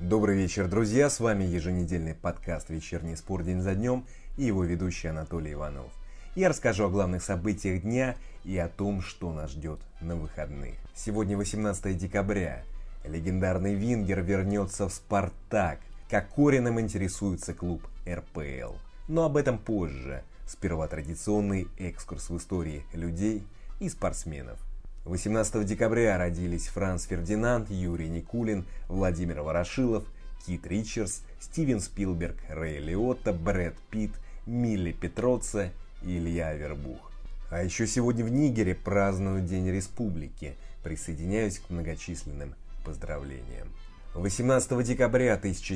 Добрый вечер, друзья! С вами еженедельный подкаст «Вечерний спор день за днем» и его ведущий Анатолий Иванов. Я расскажу о главных событиях дня и о том, что нас ждет на выходных. Сегодня 18 декабря. Легендарный Вингер вернется в «Спартак». Кокориным интересуется клуб РПЛ. Но об этом позже. Сперва традиционный экскурс в истории людей и спортсменов. 18 декабря родились Франц Фердинанд, Юрий Никулин, Владимир Ворошилов, Кит Ричардс, Стивен Спилберг, Рэй Лиотта, Брэд Питт, Милли Петроца и Илья Авербух. А еще сегодня в Нигере празднуют День Республики. Присоединяюсь к многочисленным поздравлениям. 18 декабря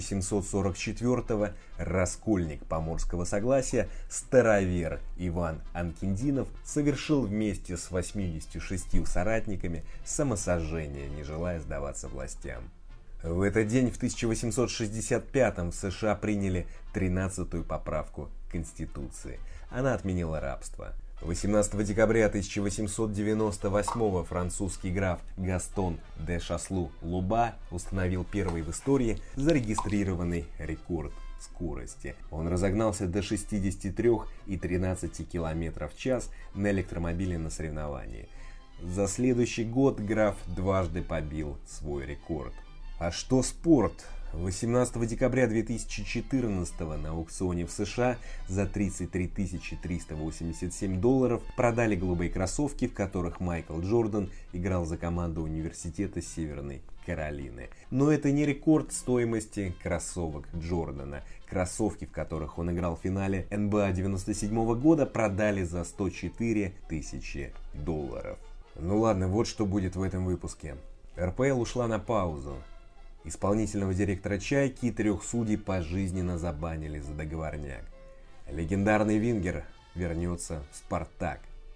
1744 раскольник Поморского согласия старовер Иван Анкиндинов совершил вместе с 86 соратниками самосожжение, не желая сдаваться властям. В этот день в 1865 в США приняли 13-ю поправку Конституции. Она отменила рабство. 18 декабря 1898 французский граф Гастон де Шаслу-Луба установил первый в истории зарегистрированный рекорд скорости. Он разогнался до 63,13 км в час на электромобиле на соревновании. За следующий год граф дважды побил свой рекорд. А что спорт? 18 декабря 2014 на аукционе в США за $33 387 продали голубые кроссовки, в которых Майкл Джордан играл за команду Университета Северной Каролины. Но это не рекорд стоимости кроссовок Джордана. Кроссовки, в которых он играл в финале НБА 97 года, продали за $104 000. Ну ладно, вот что будет в этом выпуске. РПЛ ушла на паузу. Исполнительного директора «Чайки» и 3 судей пожизненно забанили за договорняк. Легендарный Вингер вернется в «Спартак».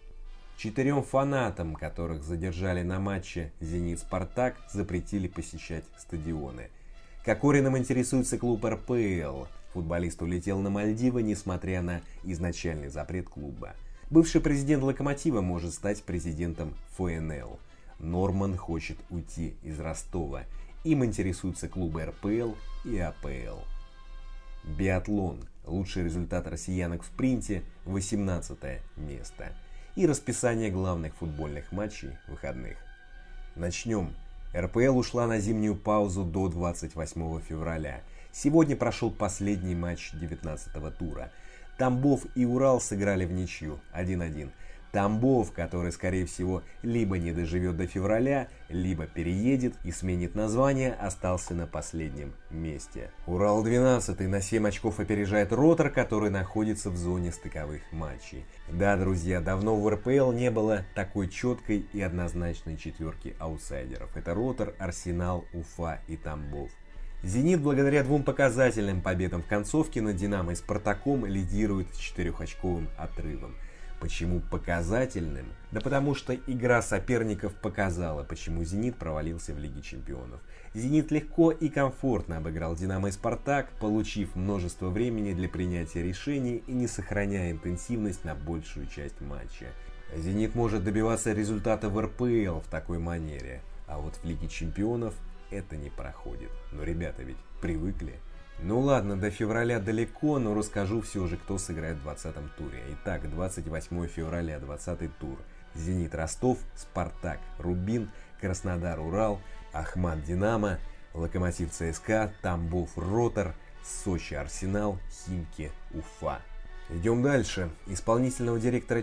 4 фанатам, которых задержали на матче «Зенит-Спартак», запретили посещать стадионы. Кокориным интересуется клуб РПЛ. Футболист улетел на Мальдивы, несмотря на изначальный запрет клуба. Бывший президент «Локомотива» может стать президентом ФНЛ. Норман хочет уйти из Ростова. Им интересуются клубы РПЛ и АПЛ. Биатлон. Лучший результат россиянок в спринте – 18 место. И расписание главных футбольных матчей выходных. Начнем. РПЛ ушла на зимнюю паузу до 28 февраля. Сегодня прошел последний матч 19-го тура. Тамбов и Урал сыграли в ничью 1-1. Тамбов, который, скорее всего, либо не доживет до февраля, либо переедет и сменит название, остался на последнем месте. Урал 12-й на 7 очков опережает Ротор, который находится в зоне стыковых матчей. Да, друзья, давно в РПЛ не было такой четкой и однозначной четверки аутсайдеров. Это Ротор, Арсенал, Уфа и Тамбов. «Зенит» благодаря 2 показательным победам в концовке над «Динамо» и «Спартаком» лидирует с 4-очковым отрывом. Почему показательным? Да потому что игра соперников показала, почему «Зенит» провалился в Лиге Чемпионов. «Зенит» легко и комфортно обыграл «Динамо» и «Спартак», получив множество времени для принятия решений и не сохраняя интенсивность на большую часть матча. «Зенит» может добиваться результата в РПЛ в такой манере, а вот в Лиге Чемпионов это не проходит. Но ребята ведь привыкли. Ну ладно, до февраля далеко, но расскажу все же, кто сыграет в 20-м туре. Итак, 28 февраля, 20-й тур. «Зенит» Ростов, «Спартак» Рубин, Краснодар Урал, Ахмат Динамо, Локомотив ЦСКА, Тамбов Ротор, Сочи Арсенал, Химки Уфа. Идем дальше. Бывшего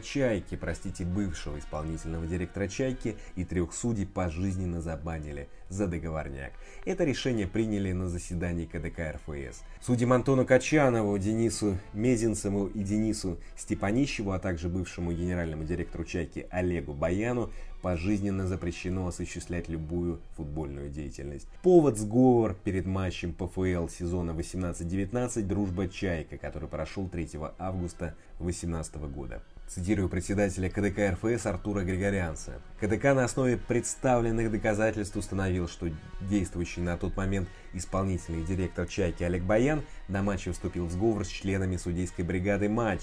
исполнительного директора «Чайки» и 3 судей пожизненно забанили за договорняк. Это решение приняли на заседании КДК РФС. Судьям Антону Качанову, Денису Мезенцеву и Денису Степанищеву, а также бывшему генеральному директору «Чайки» Олегу Баяну пожизненно запрещено осуществлять любую футбольную деятельность. Повод — сговор перед матчем ПФЛ сезона 18-19 «Дружба Чайка», который прошел 3 августа 2018 года. Цитирую председателя КДК РФС Артура Григорянца. КДК на основе представленных доказательств установил, что действующий на тот момент исполнительный директор «Чайки» Олег Баян на матче вступил в сговор с членами судейской бригады матча,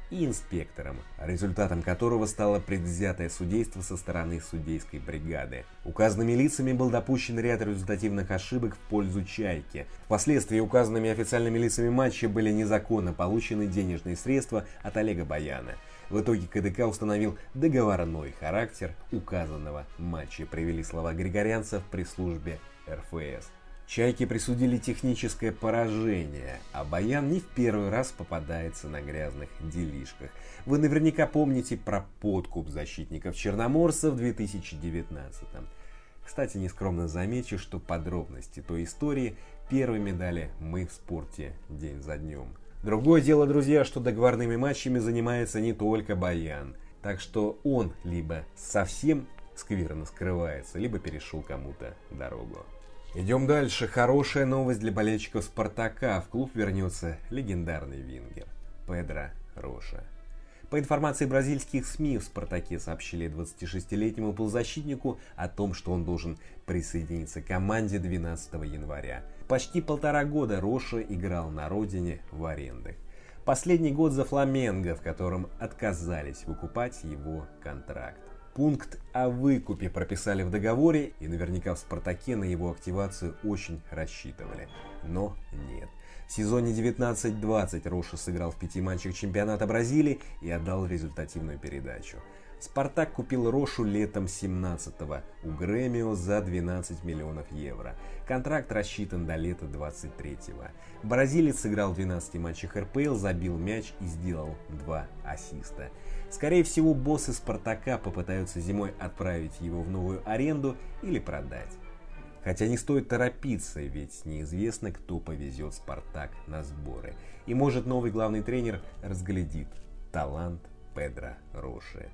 и инспектором, результатом которого стало предвзятое судейство со стороны судейской бригады. Указанными лицами был допущен ряд результативных ошибок в пользу «Чайки». Впоследствии указанными официальными лицами матча были незаконно получены денежные средства от Олега Баяна. В итоге КДК установил договорной характер указанного матча, привели слова григорянца в пресс-службе РФС. «Чайке» присудили техническое поражение, а Баян не в первый раз попадается на грязных делишках. Вы наверняка помните про подкуп защитников черноморцев в 2019-м. Кстати, нескромно замечу, что подробности той истории первыми дали мы в спорте день за днем. Другое дело, друзья, что договорными матчами занимается не только Баян, так что он либо совсем скверно скрывается, либо перешел кому-то дорогу. Идем дальше. Хорошая новость для болельщиков «Спартака». В клуб вернется легендарный вингер Педро Роша. По информации бразильских СМИ, в «Спартаке» сообщили 26-летнему полузащитнику о том, что он должен присоединиться к команде 12 января. Почти 1,5 года Роша играл на родине в арендах. Последний год за «Фламенго», в котором отказались выкупать его контракт. Пункт о выкупе прописали в договоре, и наверняка в «Спартаке» на его активацию очень рассчитывали. Но нет. В сезоне 19-20 Роша сыграл в 5 матчах чемпионата Бразилии и отдал результативную передачу. «Спартак» купил Рошу летом 17-го у Гремио за 12 миллионов евро. Контракт рассчитан до лета 23-го. Бразилец сыграл в 12 матчах РПЛ, забил мяч и сделал 2 ассиста. Скорее всего, боссы «Спартака» попытаются зимой отправить его в новую аренду или продать. Хотя не стоит торопиться, ведь неизвестно, кто повезет «Спартак» на сборы. И может новый главный тренер разглядит талант Педро Роши.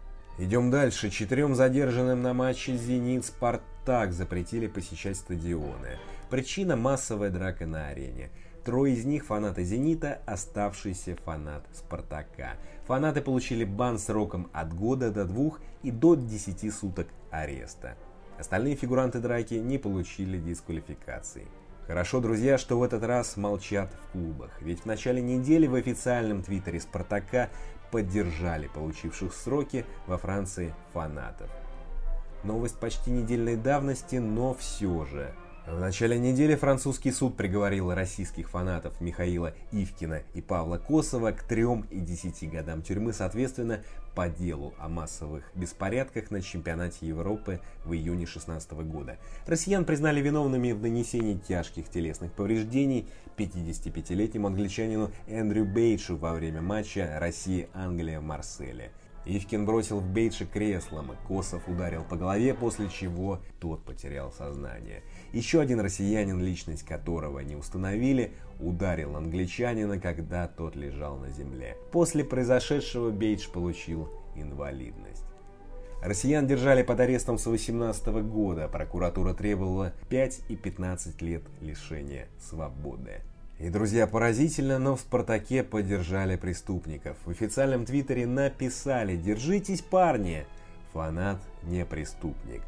Идем дальше. 4 задержанным на матче «Зенит-Спартак» запретили посещать стадионы. Причина – массовая драка на арене. 3 из них фанаты «Зенита», оставшийся фанат «Спартака». Фанаты получили бан сроком от года до 2 и до 10 суток ареста. Остальные фигуранты драки не получили дисквалификации. Хорошо, друзья, что в этот раз молчат в клубах, ведь в начале недели в официальном твиттере «Спартака» поддержали получивших сроки во Франции фанатов. Новость почти недельной давности, но все же. В начале недели французский суд приговорил российских фанатов Михаила Ивкина и Павла Косова к 3 и 10 годам тюрьмы, соответственно, по делу о массовых беспорядках на чемпионате Европы в июне 2016 года. Россиян признали виновными в нанесении тяжких телесных повреждений 55-летнему англичанину Эндрю Бейджу во время матча Россия-Англия в Марселе. Ивкин бросил в Бейджа креслом, Косов ударил по голове, после чего тот потерял сознание. Еще один россиянин, личность которого не установили, ударил англичанина, когда тот лежал на земле. После произошедшего Бейдж получил инвалидность. Россиян держали под арестом с 2018 года. Прокуратура требовала 5 и 15 лет лишения свободы. И, друзья, поразительно, но в «Спартаке» поддержали преступников. В официальном твиттере написали: «Держитесь, парни! Фанат не преступник».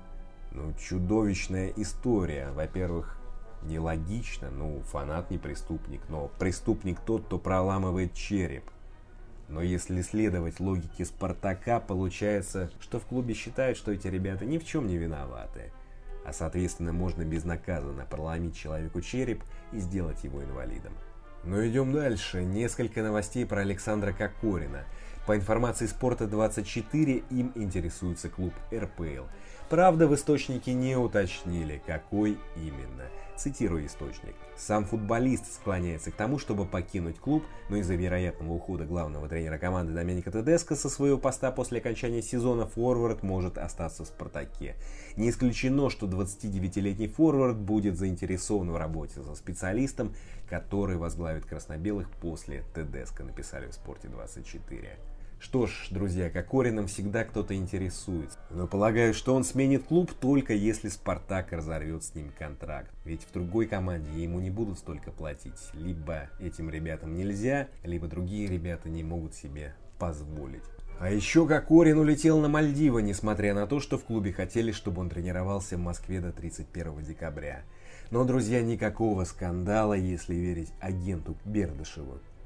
Ну, чудовищная история. Во-первых, нелогично. Фанат не преступник, но преступник тот, кто проламывает череп. Но если следовать логике «Спартака», получается, что в клубе считают, что эти ребята ни в чем не виноваты. А соответственно, можно безнаказанно проломить человеку череп и сделать его инвалидом. Но идем дальше. Несколько новостей про Александра Кокорина. По информации «Спорта-24», им интересуется клуб РПЛ. Правда, в источнике не уточнили, какой именно. Цитирую источник. Сам футболист склоняется к тому, чтобы покинуть клуб, но из-за вероятного ухода главного тренера команды Доменика Тедеско со своего поста после окончания сезона форвард может остаться в «Спартаке». Не исключено, что 29-летний форвард будет заинтересован в работе со специалистом, который возглавит красно-белых после Тедеско, написали в «Спорте-24». Что ж, друзья, Кокорином всегда кто-то интересуется. Но полагаю, что он сменит клуб только если «Спартак» разорвет с ним контракт. Ведь в другой команде ему не будут столько платить. Либо этим ребятам нельзя, либо другие ребята не могут себе позволить. А еще Кокорин улетел на Мальдивы, несмотря на то, что в клубе хотели, чтобы он тренировался в Москве до 31 декабря. Но, друзья, никакого скандала, если верить агенту Бердышеву,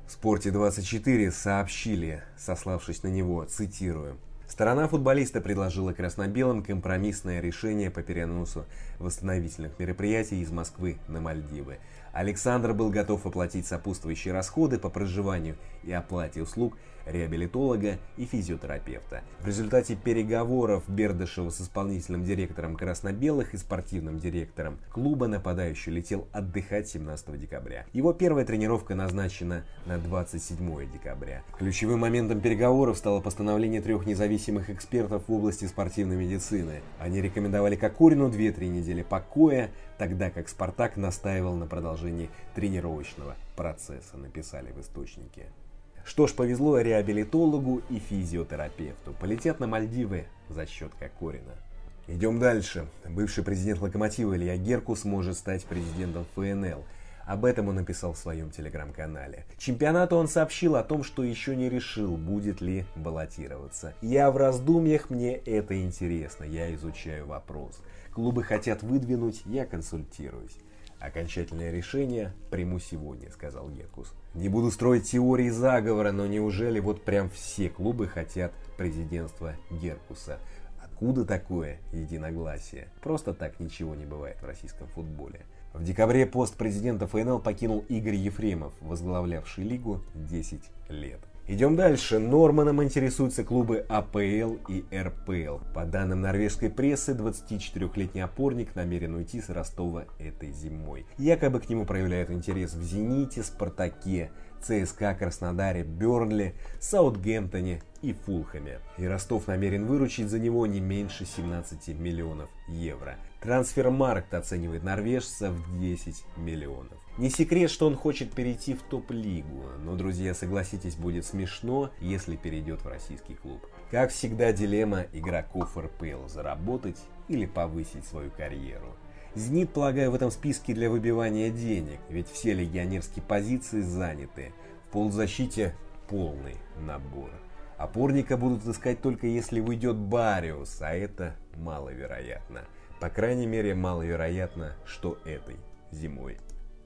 В «Спорте-24» сообщили, сославшись на него, цитирую: «Сторона футболиста предложила красно-белым компромиссное решение по переносу восстановительных мероприятий из Москвы на Мальдивы. Александр был готов оплатить сопутствующие расходы по проживанию и оплате услуг реабилитолога и физиотерапевта. В результате переговоров Бердышева с исполнительным директором красно-белых и спортивным директором клуба нападающий летел отдыхать 17 декабря. Его первая тренировка назначена на 27 декабря. Ключевым моментом переговоров стало постановление 3 независимых экспертов в области спортивной медицины. Они рекомендовали Кокорину 2-3 недели покоя, тогда как «Спартак» настаивал на продолжении тренировочного процесса, написали в источнике. Что ж, повезло реабилитологу и физиотерапевту. Полетят на Мальдивы за счет Кокорина. Идем дальше. Бывший президент «Локомотива» Илья Геркус может стать президентом ФНЛ. Об этом он написал в своем телеграм-канале. Чемпионату он сообщил о том, что еще не решил, будет ли баллотироваться. «Я в раздумьях, мне это интересно, я изучаю вопрос. Клубы хотят выдвинуть, я консультируюсь. Окончательное решение приму сегодня», — сказал Геркус. «Не буду строить теории заговора, но неужели вот прям все клубы хотят президентства Геркуса? Откуда такое единогласие? Просто так ничего не бывает в российском футболе». В декабре пост президента ФНЛ покинул Игорь Ефремов, возглавлявший лигу 10 лет. Идем дальше. Норманом интересуются клубы АПЛ и РПЛ. По данным норвежской прессы, 24-летний опорник намерен уйти с Ростова этой зимой. Якобы к нему проявляют интерес в «Зените», «Спартаке», ЦСКА, Краснодаре, Бёрнли, Саутгемптоне и Фулхэме. И Ростов намерен выручить за него не меньше 17 миллионов евро. Трансфермаркт оценивает норвежца в 10 миллионов. Не секрет, что он хочет перейти в топ-лигу, но, друзья, согласитесь, будет смешно, если перейдет в российский клуб. Как всегда, дилемма игроков РПЛ: заработать или повысить свою карьеру. «Зенит», полагаю, в этом списке для выбивания денег, ведь все легионерские позиции заняты. В полузащите полный набор. Опорника будут искать только если уйдет Бариус, а это маловероятно. По крайней мере, маловероятно, что этой зимой.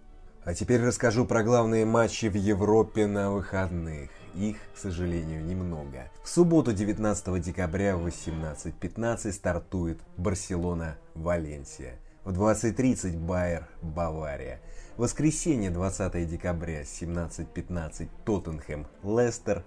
А теперь расскажу про главные матчи в Европе на выходных. Их, к сожалению, немного. В субботу 19 декабря в 18:15 стартует Барселона-Валенсия. В 20:30 Байер-Бавария. В воскресенье 20 декабря 17:15 Тоттенхэм-Лестер.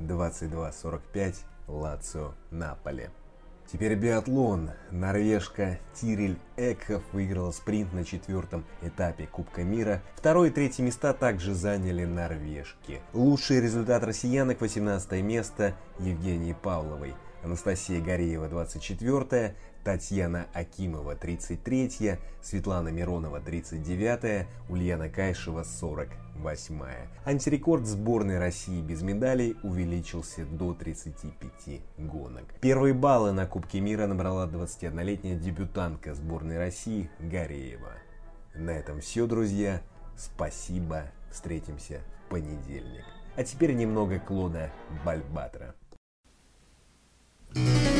22:45 Лацио-Наполе. Теперь биатлон. Норвежка Тириль Экхоф выиграла спринт на 4-м этапе Кубка мира. 2 и 3 места также заняли норвежки. Лучший результат россиянок: 18 место Евгении Павловой. Анастасия Гореева 24-я, Татьяна Акимова 33-я, Светлана Миронова 39-я, Ульяна Кайшева 48-я. Антирекорд сборной России без медалей увеличился до 35 гонок. Первые баллы на Кубке мира набрала 21-летняя дебютантка сборной России Гореева. На этом все, друзья. Спасибо. Встретимся в понедельник. А теперь немного Клода Бальбатра.